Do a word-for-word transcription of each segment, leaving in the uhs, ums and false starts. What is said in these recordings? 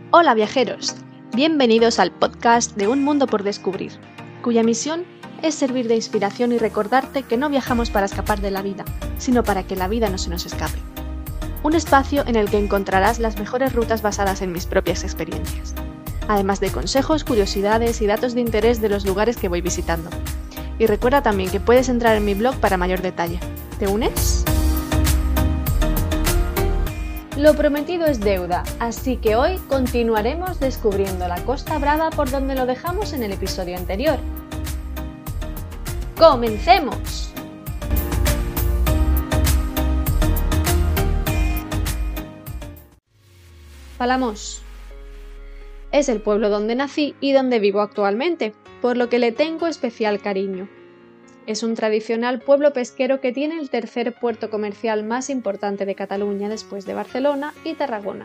Hola viajeros, bienvenidos al podcast de Un Mundo por Descubrir, cuya misión es servir de inspiración y recordarte que no viajamos para escapar de la vida, sino para que la vida no se nos escape. Un espacio en el que encontrarás las mejores rutas basadas en mis propias experiencias, además de consejos, curiosidades y datos de interés de los lugares que voy visitando. Y recuerda también que puedes entrar en mi blog para mayor detalle. ¿Te unes? Lo prometido es deuda, así que hoy continuaremos descubriendo la Costa Brava por donde lo dejamos en el episodio anterior. ¡Comencemos! Palamós. Es el pueblo donde nací y donde vivo actualmente, por lo que le tengo especial cariño. Es un tradicional pueblo pesquero que tiene el tercer puerto comercial más importante de Cataluña después de Barcelona y Tarragona.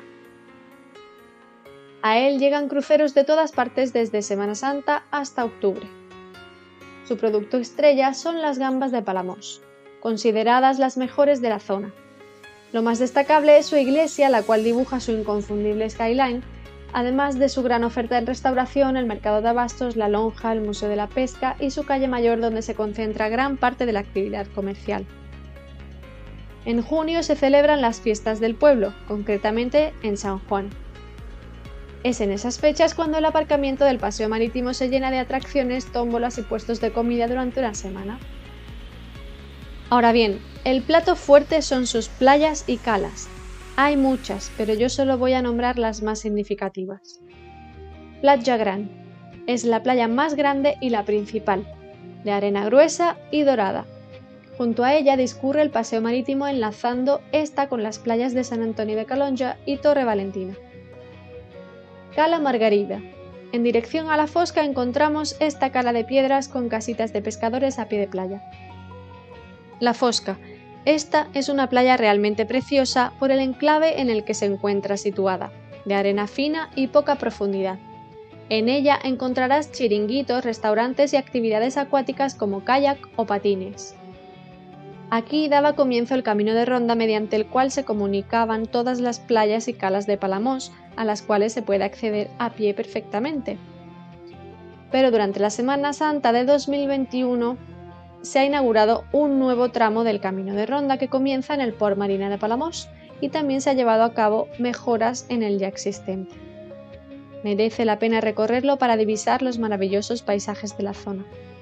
A él llegan cruceros de todas partes desde Semana Santa hasta octubre. Su producto estrella son las gambas de Palamós, consideradas las mejores de la zona. Lo más destacable es su iglesia, la cual dibuja su inconfundible skyline, además de su gran oferta en restauración, el mercado de abastos, la lonja, el museo de la pesca y su calle mayor donde se concentra gran parte de la actividad comercial. En junio se celebran las fiestas del pueblo, concretamente en San Juan. Es en esas fechas cuando el aparcamiento del paseo marítimo se llena de atracciones, tómbolas y puestos de comida durante una semana. Ahora bien, el plato fuerte son sus playas y calas. Hay muchas, pero yo solo voy a nombrar las más significativas. Platja Gran es la playa más grande y la principal, de arena gruesa y dorada. Junto a ella discurre el paseo marítimo enlazando esta con las playas de Sant Antoni de Calonge y Torre Valentina. Cala Margarida. En dirección a la Fosca encontramos esta cala de piedras con casitas de pescadores a pie de playa. La Fosca. Esta es una playa realmente preciosa por el enclave en el que se encuentra situada, de arena fina y poca profundidad. En ella encontrarás chiringuitos, restaurantes y actividades acuáticas como kayak o patines. Aquí daba comienzo el camino de ronda mediante el cual se comunicaban todas las playas y calas de Palamós, a las cuales se puede acceder a pie perfectamente. Pero durante la Semana Santa de dos mil veintiuno se ha inaugurado un nuevo tramo del camino de ronda que comienza en el Port Marina de Palamós y también se ha llevado a cabo mejoras en el ya existente. Merece la pena recorrerlo para divisar los maravillosos paisajes de la zona.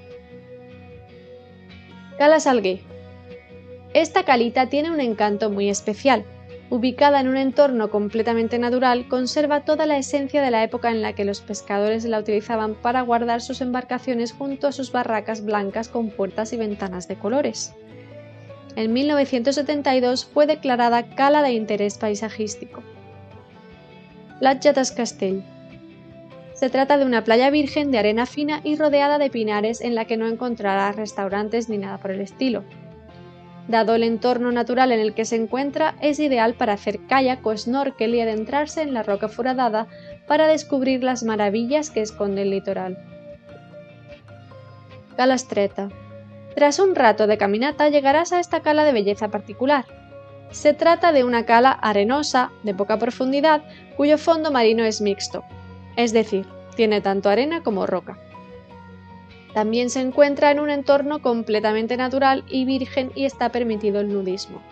Cala Salguer. Esta calita tiene un encanto muy especial. Ubicada en un entorno completamente natural, conserva toda la esencia de la época en la que los pescadores la utilizaban para guardar sus embarcaciones junto a sus barracas blancas con puertas y ventanas de colores. En mil novecientos setenta y dos fue declarada cala de interés paisajístico. Platja del Castell. Se trata de una playa virgen de arena fina y rodeada de pinares en la que no encontrarás restaurantes ni nada por el estilo. Dado el entorno natural en el que se encuentra, es ideal para hacer kayak o snorkel y adentrarse en la roca foradada para descubrir las maravillas que esconde el litoral. Cala Estreta. Tras un rato de caminata llegarás a esta cala de belleza particular. Se trata de una cala arenosa, de poca profundidad, cuyo fondo marino es mixto, es decir, tiene tanto arena como roca. También se encuentra en un entorno completamente natural y virgen y está permitido el nudismo.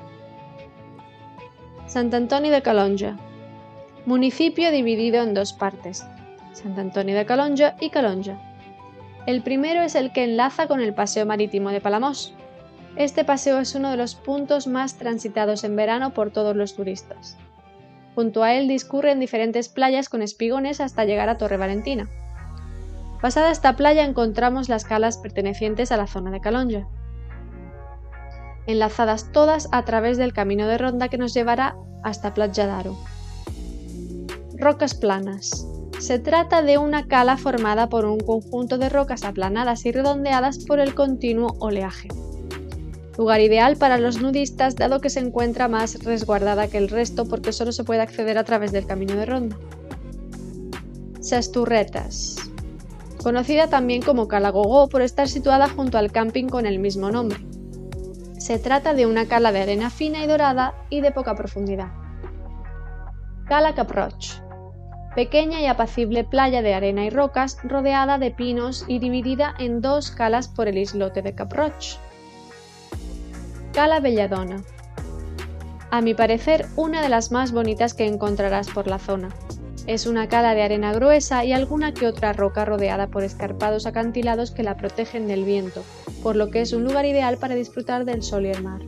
Sant Antoni de Calonge. Municipio dividido en dos partes, Sant Antoni de Calonge y Calonge. El primero es el que enlaza con el paseo marítimo de Palamós. Este paseo es uno de los puntos más transitados en verano por todos los turistas. Junto a él discurren diferentes playas con espigones hasta llegar a Torre Valentina. Pasada esta playa encontramos las calas pertenecientes a la zona de Calonge, enlazadas todas a través del camino de ronda que nos llevará hasta Platja d'Aro. Rocas planas. Se trata de una cala formada por un conjunto de rocas aplanadas y redondeadas por el continuo oleaje. Lugar ideal para los nudistas dado que se encuentra más resguardada que el resto porque solo se puede acceder a través del camino de ronda. Ses Torretes. Conocida también como Cala Gogó por estar situada junto al camping con el mismo nombre. Se trata de una cala de arena fina y dorada y de poca profundidad. Cala Cap Roig. pequeña y apacible playa de arena y rocas rodeada de pinos y dividida en dos calas por el islote de Cap Roig. Cala Belladona. A mi parecer, una de las más bonitas que encontrarás por la zona. Es una cala de arena gruesa y alguna que otra roca rodeada por escarpados acantilados que la protegen del viento, por lo que es un lugar ideal para disfrutar del sol y el mar.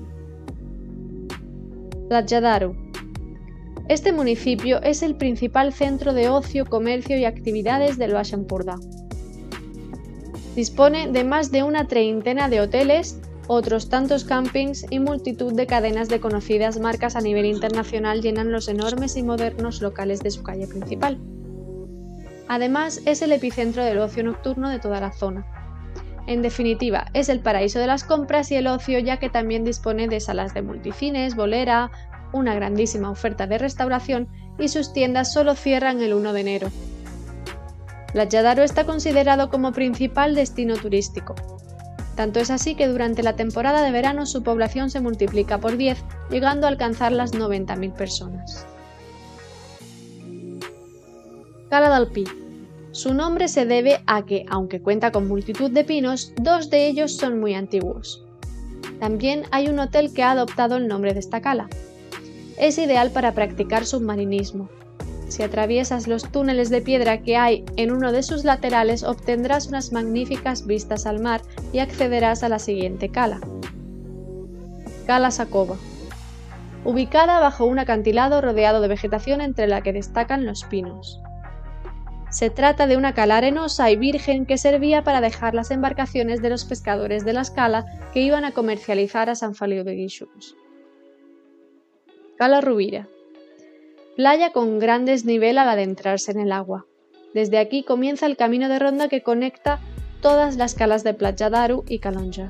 Platja d'Aro. Este municipio es el principal centro de ocio, comercio y actividades del Baix Empordà. Dispone de más de una treintena de hoteles, otros tantos campings y multitud de cadenas de conocidas marcas a nivel internacional llenan los enormes y modernos locales de su calle principal. Además, es el epicentro del ocio nocturno de toda la zona. En definitiva, es el paraíso de las compras y el ocio, ya que también dispone de salas de multicines, bolera, una grandísima oferta de restauración y sus tiendas solo cierran el primero de enero. Platja d'Aro está considerado como principal destino turístico. Tanto es así que durante la temporada de verano su población se multiplica por diez, llegando a alcanzar las noventa mil personas. Cala del Pi. Su nombre se debe a que, aunque cuenta con multitud de pinos, dos de ellos son muy antiguos. También hay un hotel que ha adoptado el nombre de esta cala. Es ideal para practicar submarinismo. Si atraviesas los túneles de piedra que hay en uno de sus laterales, obtendrás unas magníficas vistas al mar y accederás a la siguiente cala. Cala Sa Cova. Ubicada bajo un acantilado rodeado de vegetación entre la que destacan los pinos. Se trata de una cala arenosa y virgen que servía para dejar las embarcaciones de los pescadores de la escala que iban a comercializar a Sant Feliu de Guíxols. Cala Rovira. Playa con gran desnivel al adentrarse en el agua. Desde aquí comienza el camino de ronda que conecta todas las calas de Platja d'Aro y Calonge.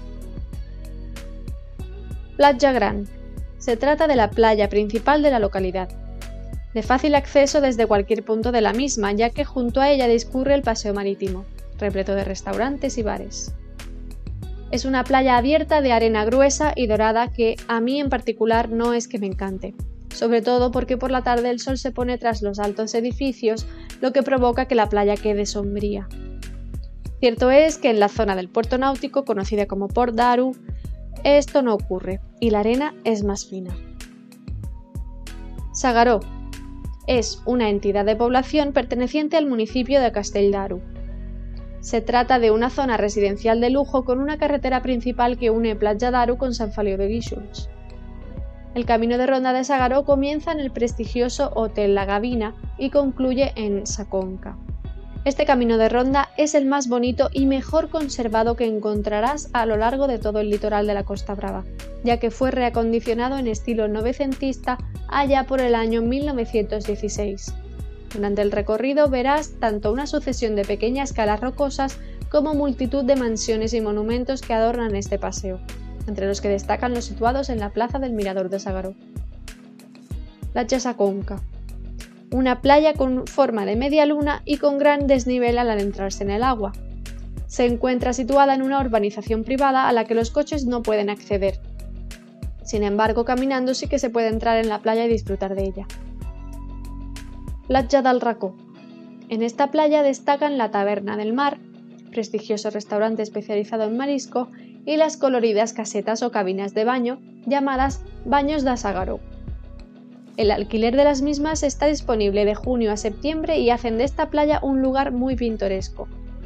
Platja Gran. Se trata de la playa principal de la localidad, de fácil acceso desde cualquier punto de la misma, ya que junto a ella discurre el paseo marítimo, repleto de restaurantes y bares. Es una playa abierta de arena gruesa y dorada que a mí en particular no es que me encante, sobre todo porque por la tarde el sol se pone tras los altos edificios, lo que provoca que la playa quede sombría. Cierto es que en la zona del puerto náutico, conocida como Port d'Aro, esto no ocurre y la arena es más fina. S'Agaró. Es una entidad de población perteneciente al municipio de Castell d'Aro. Se trata de una zona residencial de lujo con una carretera principal que une Platja d'Aro con Sant Feliu de Guíxols. El camino de ronda de S'Agaró comienza en el prestigioso Hotel La Gavina y concluye en Sa Conca. Este camino de ronda es el más bonito y mejor conservado que encontrarás a lo largo de todo el litoral de la Costa Brava, ya que fue reacondicionado en estilo novecentista allá por el año mil novecientos dieciséis. Durante el recorrido verás tanto una sucesión de pequeñas calas rocosas como multitud de mansiones y monumentos que adornan este paseo, entre los que destacan los situados en la plaza del Mirador de S'Agaró. Platja Sa Conca. Una playa con forma de media luna y con gran desnivel al adentrarse en el agua. Se encuentra situada en una urbanización privada a la que los coches no pueden acceder. Sin embargo, caminando sí que se puede entrar en la playa y disfrutar de ella. Platja del Racó. En esta playa destacan la Taberna del Mar, prestigioso restaurante especializado en marisco, y las coloridas casetas o cabinas de baño llamadas Baños de S'Agaró. El alquiler de las mismas está disponible de junio a septiembre y hacen de esta playa un lugar muy pintoresco.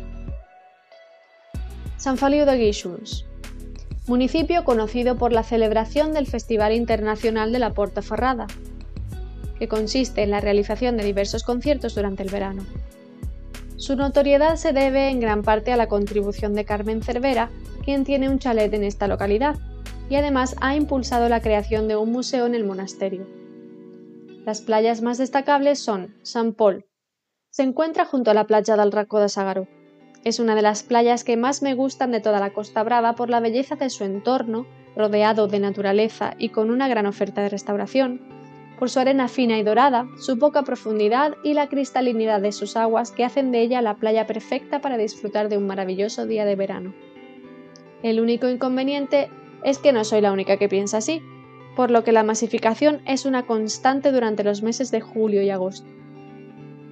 Sant Feliu de Guíxols. Municipio conocido por la celebración del Festival Internacional de la Portaferrada, que consiste en la realización de diversos conciertos durante el verano. Su notoriedad se debe en gran parte a la contribución de Carmen Cervera, quien tiene un chalet en esta localidad, y además ha impulsado la creación de un museo en el monasterio. Las playas más destacables son Sant Pol. Se encuentra junto a la playa del Racó de S'Agaró. Es una de las playas que más me gustan de toda la Costa Brava por la belleza de su entorno, rodeado de naturaleza y con una gran oferta de restauración, por su arena fina y dorada, su poca profundidad y la cristalinidad de sus aguas que hacen de ella la playa perfecta para disfrutar de un maravilloso día de verano. El único inconveniente es que no soy la única que piensa así, por lo que la masificación es una constante durante los meses de julio y agosto.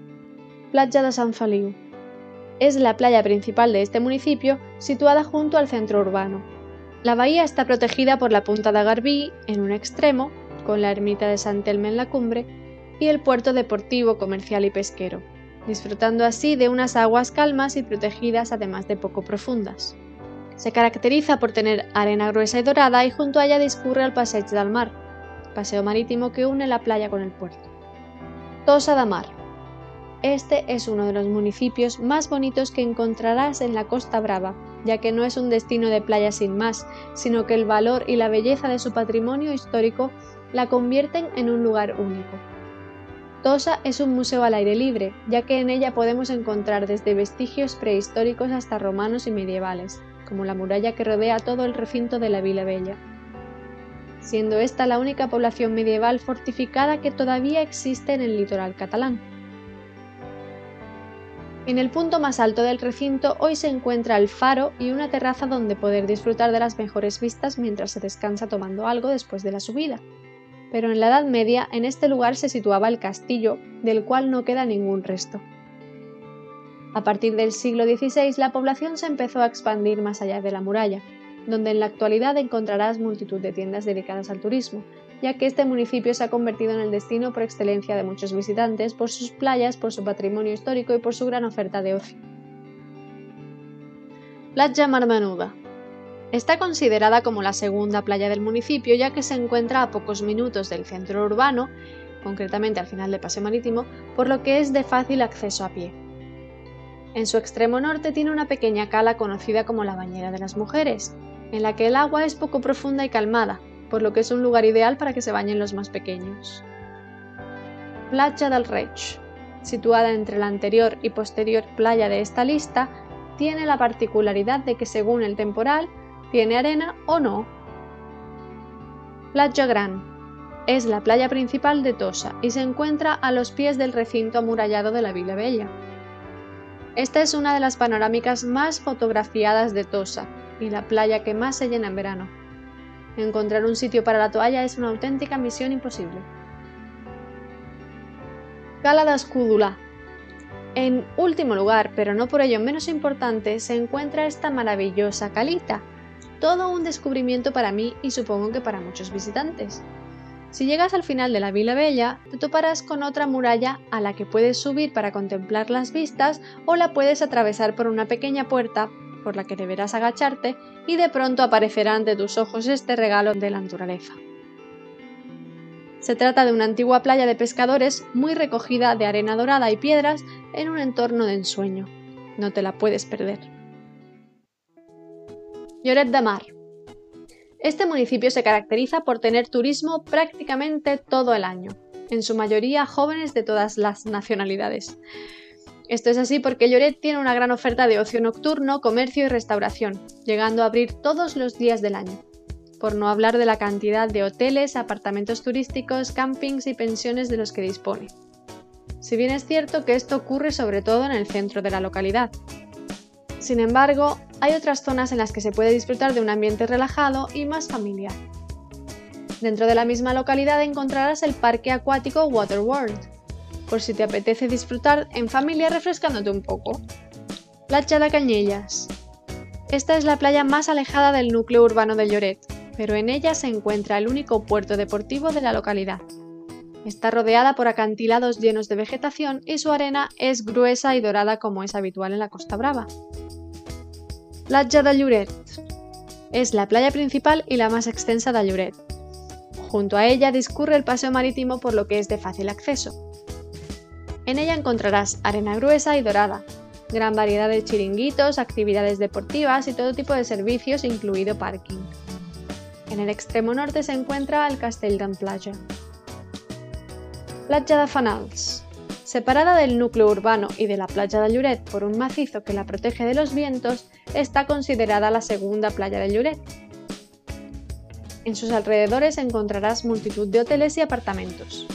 Platja de Sant Feliu. Es la playa principal de este municipio, situada junto al centro urbano. La bahía está protegida por la punta de Garbí en un extremo, con la ermita de Sant Elm en la cumbre, y el puerto deportivo, comercial y pesquero, disfrutando así de unas aguas calmas y protegidas, además de poco profundas. Se caracteriza por tener arena gruesa y dorada y junto a ella discurre el Passeig del Mar, paseo marítimo que une la playa con el puerto. Tossa de Mar. Este es uno de los municipios más bonitos que encontrarás en la Costa Brava, ya que no es un destino de playa sin más, sino que el valor y la belleza de su patrimonio histórico la convierten en un lugar único. Tossa es un museo al aire libre, ya que en ella podemos encontrar desde vestigios prehistóricos hasta romanos y medievales, como la muralla que rodea todo el recinto de la Vila Bella, siendo esta la única población medieval fortificada que todavía existe en el litoral catalán. En el punto más alto del recinto hoy se encuentra el faro y una terraza donde poder disfrutar de las mejores vistas mientras se descansa tomando algo después de la subida. Pero en la Edad Media en este lugar se situaba el castillo, del cual no queda ningún resto. A partir del siglo dieciséis la población se empezó a expandir más allá de la muralla, donde en la actualidad encontrarás multitud de tiendas dedicadas al turismo, ya que este municipio se ha convertido en el destino por excelencia de muchos visitantes por sus playas, por su patrimonio histórico y por su gran oferta de ocio. Platja Mar Menuda. Está considerada como la segunda playa del municipio, ya que se encuentra a pocos minutos del centro urbano, concretamente al final del paseo marítimo, por lo que es de fácil acceso a pie. En su extremo norte tiene una pequeña cala conocida como la Bañera de las Mujeres, en la que el agua es poco profunda y calmada, por lo que es un lugar ideal para que se bañen los más pequeños. Platja del Reig, situada entre la anterior y posterior playa de esta lista, tiene la particularidad de que según el temporal, tiene arena o no. Platja Gran. Es la playa principal de Tossa y se encuentra a los pies del recinto amurallado de la Vila Bella. Esta es una de las panorámicas más fotografiadas de Tossa y la playa que más se llena en verano. Encontrar un sitio para la toalla es una auténtica misión imposible. Cala d'Escúdula. En último lugar, pero no por ello menos importante, se encuentra esta maravillosa calita, todo un descubrimiento para mí y supongo que para muchos visitantes. Si llegas al final de la Vila Bella, te toparás con otra muralla a la que puedes subir para contemplar las vistas o la puedes atravesar por una pequeña puerta por la que deberás agacharte y de pronto aparecerá ante tus ojos este regalo de la naturaleza. Se trata de una antigua playa de pescadores muy recogida de arena dorada y piedras en un entorno de ensueño. No te la puedes perder. Lloret de Mar. Este municipio se caracteriza por tener turismo prácticamente todo el año, en su mayoría jóvenes de todas las nacionalidades. Esto es así porque Lloret tiene una gran oferta de ocio nocturno, comercio y restauración, llegando a abrir todos los días del año, por no hablar de la cantidad de hoteles, apartamentos turísticos, campings y pensiones de los que dispone. Si bien es cierto que esto ocurre sobre todo en el centro de la localidad. Sin embargo, hay otras zonas en las que se puede disfrutar de un ambiente relajado y más familiar. Dentro de la misma localidad encontrarás el parque acuático Waterworld, por si te apetece disfrutar en familia refrescándote un poco. Platja de Canyelles. Esta es la playa más alejada del núcleo urbano de Lloret, pero en ella se encuentra el único puerto deportivo de la localidad. Está rodeada por acantilados llenos de vegetación y su arena es gruesa y dorada como es habitual en la Costa Brava. Platja de Lloret. Es la playa principal y la más extensa de Lloret. Junto a ella discurre el paseo marítimo por lo que es de fácil acceso. En ella encontrarás arena gruesa y dorada, gran variedad de chiringuitos, actividades deportivas y todo tipo de servicios, incluido parking. En el extremo norte se encuentra el Castell d'Amplaya. Platja de Fanals. Separada del núcleo urbano y de la playa de Lloret por un macizo que la protege de los vientos, está considerada la segunda playa de Lloret. En sus alrededores encontrarás multitud de hoteles y apartamentos.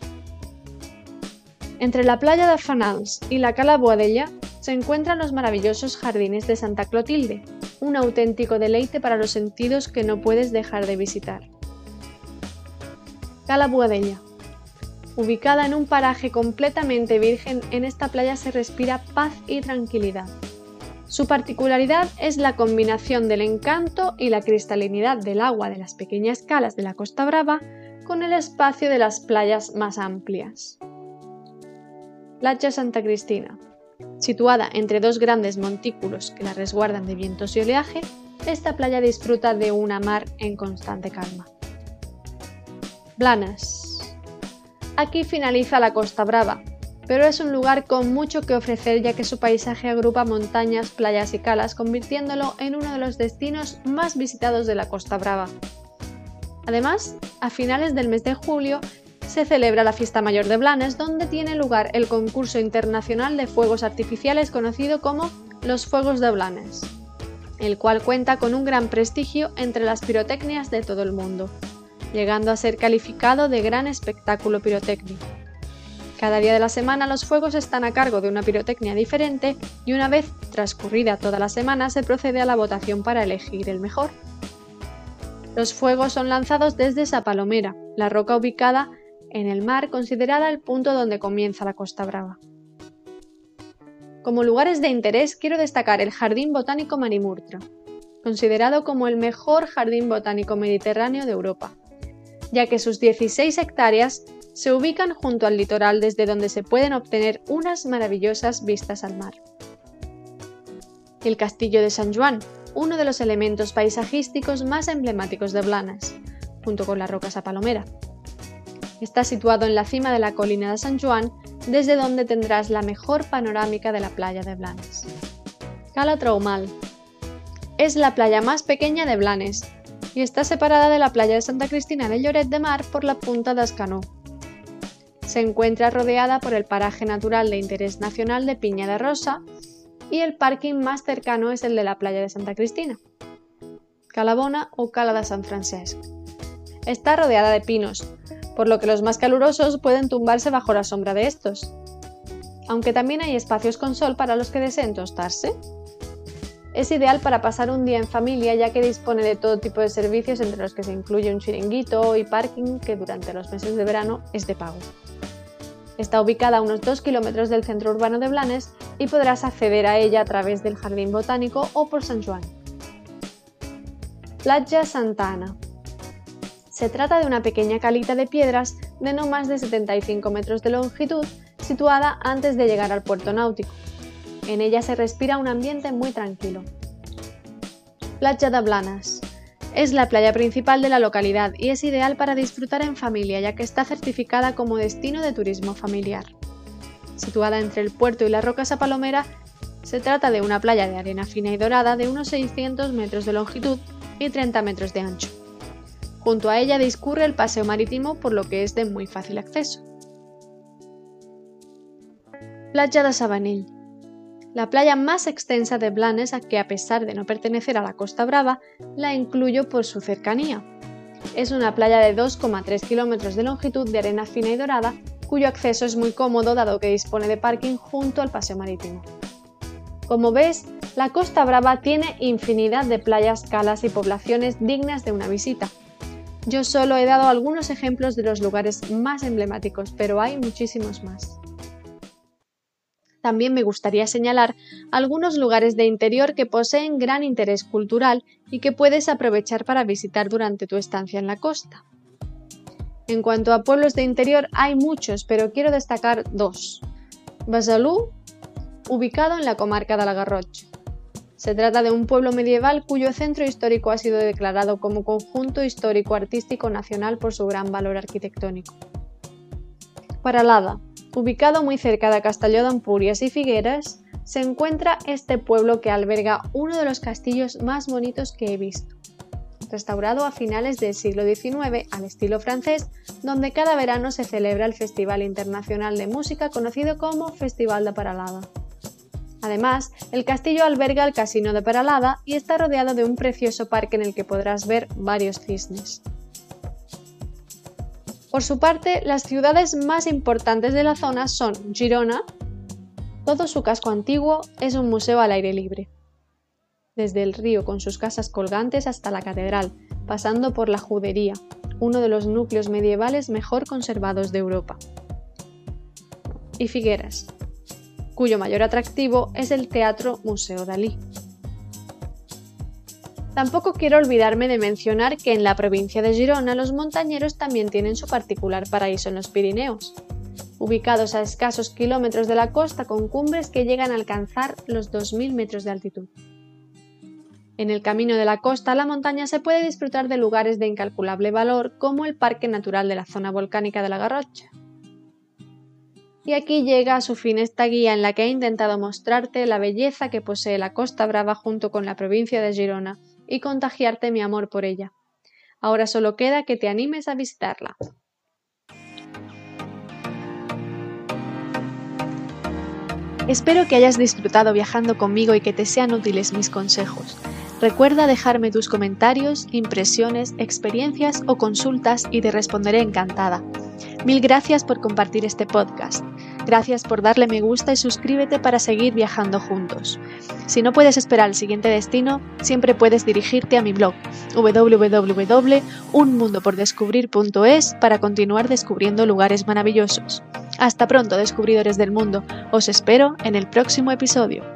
Entre la playa de Fanals y la Cala Boadella se encuentran los maravillosos jardines de Santa Clotilde, un auténtico deleite para los sentidos que no puedes dejar de visitar. Cala Boadella. Ubicada en un paraje completamente virgen, en esta playa se respira paz y tranquilidad. Su particularidad es la combinación del encanto y la cristalinidad del agua de las pequeñas calas de la Costa Brava con el espacio de las playas más amplias. Platja Santa Cristina. Situada entre dos grandes montículos que la resguardan de vientos y oleaje, esta playa disfruta de una mar en constante calma. Blanes. Aquí finaliza la Costa Brava, pero es un lugar con mucho que ofrecer ya que su paisaje agrupa montañas, playas y calas, convirtiéndolo en uno de los destinos más visitados de la Costa Brava. Además, a finales del mes de julio se celebra la Fiesta Mayor de Blanes, donde tiene lugar el concurso internacional de fuegos artificiales conocido como los Fuegos de Blanes, el cual cuenta con un gran prestigio entre las pirotecnias de todo el mundo, llegando a ser calificado de gran espectáculo pirotécnico. Cada día de la semana los fuegos están a cargo de una pirotecnia diferente y una vez transcurrida toda la semana se procede a la votación para elegir el mejor. Los fuegos son lanzados desde Sa Palomera, la roca ubicada en el mar considerada el punto donde comienza la Costa Brava. Como lugares de interés quiero destacar el Jardín Botánico Marimurtra, considerado como el mejor jardín botánico mediterráneo de Europa, ya que sus dieciséis hectáreas se ubican junto al litoral desde donde se pueden obtener unas maravillosas vistas al mar. El Castillo de San Joan, uno de los elementos paisajísticos más emblemáticos de Blanes, junto con la roca Sa Palomera. Está situado en la cima de la colina de San Joan, desde donde tendrás la mejor panorámica de la playa de Blanes. Cala Traumal. Es la playa más pequeña de Blanes y está separada de la playa de Santa Cristina de Lloret de Mar por la punta d'Escanó. Se encuentra rodeada por el paraje natural de interés nacional de Pinya de Rosa y el parking más cercano es el de la playa de Santa Cristina. Cala Bona o Cala de San Francesc. Está rodeada de pinos, por lo que los más calurosos pueden tumbarse bajo la sombra de estos, aunque también hay espacios con sol para los que deseen tostarse. Es ideal para pasar un día en familia ya que dispone de todo tipo de servicios entre los que se incluye un chiringuito y parking que durante los meses de verano es de pago. Está ubicada a unos dos kilómetros del centro urbano de Blanes y podrás acceder a ella a través del Jardín Botánico o por San Joan. Platja Santa Ana. Se trata de una pequeña calita de piedras de no más de setenta y cinco metros de longitud, situada antes de llegar al puerto náutico. En ella se respira un ambiente muy tranquilo. Platja de Blanes. Es la playa principal de la localidad y es ideal para disfrutar en familia ya que está certificada como destino de turismo familiar. Situada entre el puerto y la roca Sa Palomera, se trata de una playa de arena fina y dorada de unos seiscientos metros de longitud y treinta metros de ancho. Junto a ella discurre el paseo marítimo, por lo que es de muy fácil acceso. Platja de Sabanell. La playa más extensa de Blanes, a que a pesar de no pertenecer a la Costa Brava, la incluyo por su cercanía. Es una playa de dos coma tres kilómetros de longitud de arena fina y dorada, cuyo acceso es muy cómodo dado que dispone de parking junto al paseo marítimo. Como ves, la Costa Brava tiene infinidad de playas, calas y poblaciones dignas de una visita. Yo solo he dado algunos ejemplos de los lugares más emblemáticos, pero hay muchísimos más. También me gustaría señalar algunos lugares de interior que poseen gran interés cultural y que puedes aprovechar para visitar durante tu estancia en la costa. En cuanto a pueblos de interior hay muchos, pero quiero destacar dos. Besalú, ubicado en la comarca de la Garrotxa. Se trata de un pueblo medieval cuyo centro histórico ha sido declarado como Conjunto Histórico-Artístico Nacional por su gran valor arquitectónico. Paralada. Ubicado muy cerca de Castelló d'Empúries y Figueres, se encuentra este pueblo que alberga uno de los castillos más bonitos que he visto. Restaurado a finales del siglo diecinueve al estilo francés, donde cada verano se celebra el Festival Internacional de Música conocido como Festival de Paralada. Además, el castillo alberga el Casino de Paralada y está rodeado de un precioso parque en el que podrás ver varios cisnes. Por su parte, las ciudades más importantes de la zona son Girona. Todo su casco antiguo es un museo al aire libre. Desde el río con sus casas colgantes hasta la catedral, pasando por la Judería, uno de los núcleos medievales mejor conservados de Europa. y Figueras, cuyo mayor atractivo es el Teatro Museo Dalí. Tampoco quiero olvidarme de mencionar que en la provincia de Girona los montañeros también tienen su particular paraíso en los Pirineos, ubicados a escasos kilómetros de la costa con cumbres que llegan a alcanzar los dos mil metros de altitud. En el camino de la costa a la montaña se puede disfrutar de lugares de incalculable valor como el Parque Natural de la Zona Volcánica de la Garrocha. Y aquí llega a su fin esta guía en la que he intentado mostrarte la belleza que posee la Costa Brava junto con la provincia de Girona y contagiarte mi amor por ella. Ahora solo queda que te animes a visitarla. Espero que hayas disfrutado viajando conmigo y que te sean útiles mis consejos. Recuerda dejarme tus comentarios, impresiones, experiencias o consultas y te responderé encantada. Mil gracias por compartir este podcast. Gracias por darle me gusta y suscríbete para seguir viajando juntos. Si no puedes esperar al siguiente destino, siempre puedes dirigirte a mi blog w w w punto un mundo por descubrir punto es para continuar descubriendo lugares maravillosos. Hasta pronto, descubridores del mundo. Os espero en el próximo episodio.